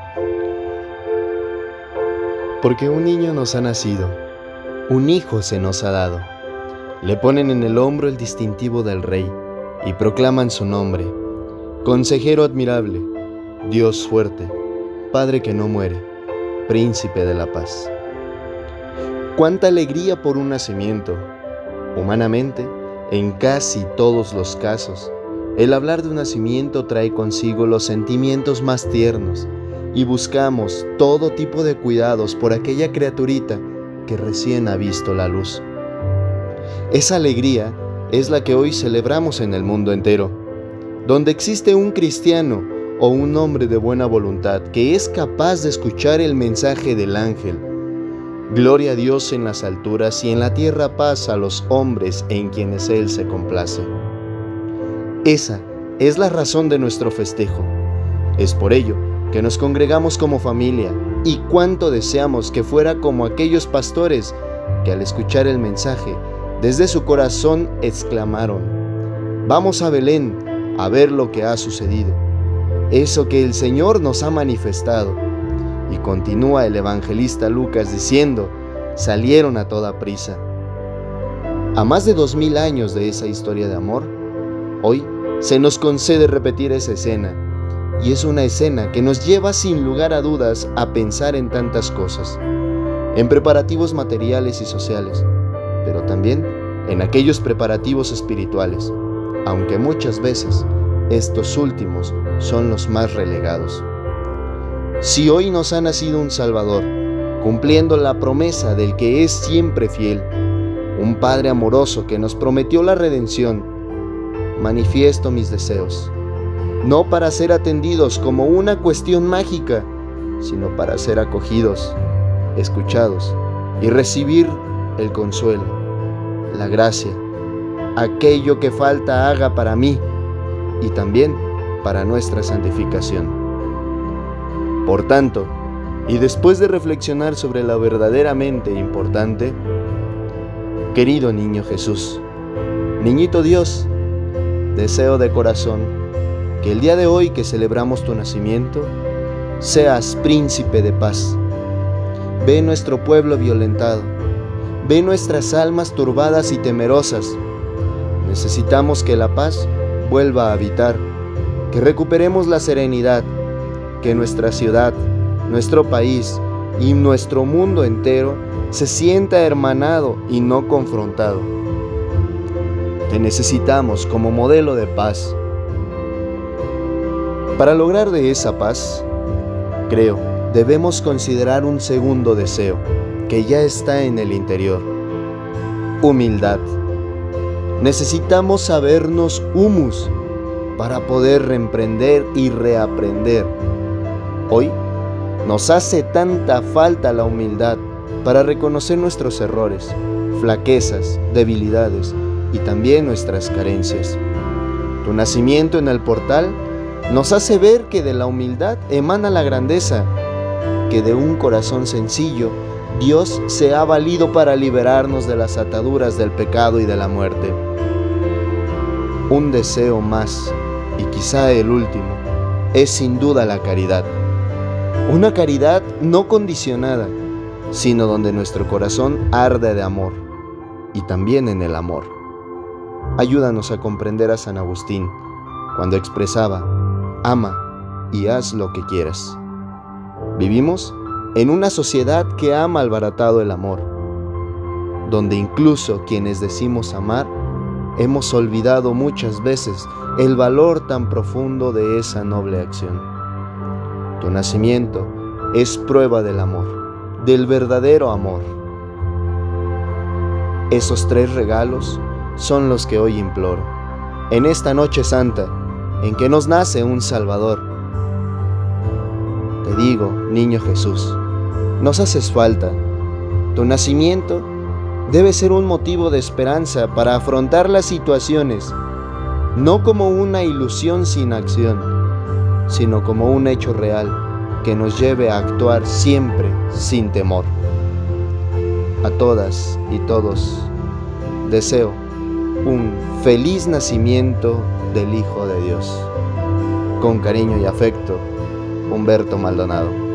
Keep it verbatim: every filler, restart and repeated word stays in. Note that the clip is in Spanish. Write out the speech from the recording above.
Porque un niño nos ha nacido, un hijo se nos ha dado. Le ponen en el hombro el distintivo del rey y proclaman su nombre: Consejero admirable, Dios fuerte, Padre que no muere, Príncipe de la paz. Cuánta alegría por un nacimiento. Humanamente, en casi todos los casos, el hablar de un nacimiento trae consigo los sentimientos más tiernos y buscamos todo tipo de cuidados por aquella criaturita que recién ha visto la luz. Esa alegría es la que hoy celebramos en el mundo entero, donde existe un cristiano o un hombre de buena voluntad que es capaz de escuchar el mensaje del ángel. Gloria a Dios en las alturas y en la tierra paz a los hombres en quienes Él se complace. Esa es la razón de nuestro festejo. Es por ello que nos congregamos como familia y cuánto deseamos que fuera como aquellos pastores que al escuchar el mensaje desde su corazón exclamaron: vamos a Belén a ver lo que ha sucedido, eso que el Señor nos ha manifestado. Y continúa el evangelista Lucas diciendo: salieron a toda prisa. A más de dos mil años de esa historia de amor, hoy se nos concede repetir esa escena, y es una escena que nos lleva sin lugar a dudas a pensar en tantas cosas, en preparativos materiales y sociales, pero también en aquellos preparativos espirituales, aunque muchas veces estos últimos son los más relegados. Si hoy nos ha nacido un Salvador, cumpliendo la promesa del que es siempre fiel, un Padre amoroso que nos prometió la redención, manifiesto mis deseos, no para ser atendidos como una cuestión mágica, sino para ser acogidos, escuchados y recibir el consuelo, la gracia, aquello que falta haga para mí y también para nuestra santificación. Por tanto, y después de reflexionar sobre lo verdaderamente importante, querido niño Jesús, niñito Dios, deseo de corazón que el día de hoy que celebramos tu nacimiento, seas príncipe de paz. Ve nuestro pueblo violentado, ve nuestras almas turbadas y temerosas. Necesitamos que la paz vuelva a habitar, que recuperemos la serenidad, que nuestra ciudad, nuestro país y nuestro mundo entero se sienta hermanado y no confrontado. Te necesitamos como modelo de paz. Para lograr de esa paz, creo, debemos considerar un segundo deseo que ya está en el interior: humildad. Necesitamos sabernos humus para poder reemprender y reaprender. Hoy nos hace tanta falta la humildad para reconocer nuestros errores, flaquezas, debilidades y también nuestras carencias. Tu nacimiento en el portal nos hace ver que de la humildad emana la grandeza, que de un corazón sencillo Dios se ha valido para liberarnos de las ataduras del pecado y de la muerte. Un deseo más, y quizá el último, es sin duda la caridad. Una caridad no condicionada, sino donde nuestro corazón arde de amor, y también en el amor. Ayúdanos a comprender a San Agustín cuando expresaba: ama y haz lo que quieras. Vivimos en una sociedad que ha malbaratado el amor, donde incluso quienes decimos amar, hemos olvidado muchas veces el valor tan profundo de esa noble acción. Tu nacimiento es prueba del amor, del verdadero amor. Esos tres regalos son los que hoy imploro, en esta noche santa, en que nos nace un Salvador. Te digo, niño Jesús, nos haces falta. Tu nacimiento debe ser un motivo de esperanza para afrontar las situaciones, no como una ilusión sin acción, sino como un hecho real que nos lleve a actuar siempre sin temor. A todas y todos deseo un feliz nacimiento del Hijo de Dios. Con cariño y afecto, Humberto Maldonado.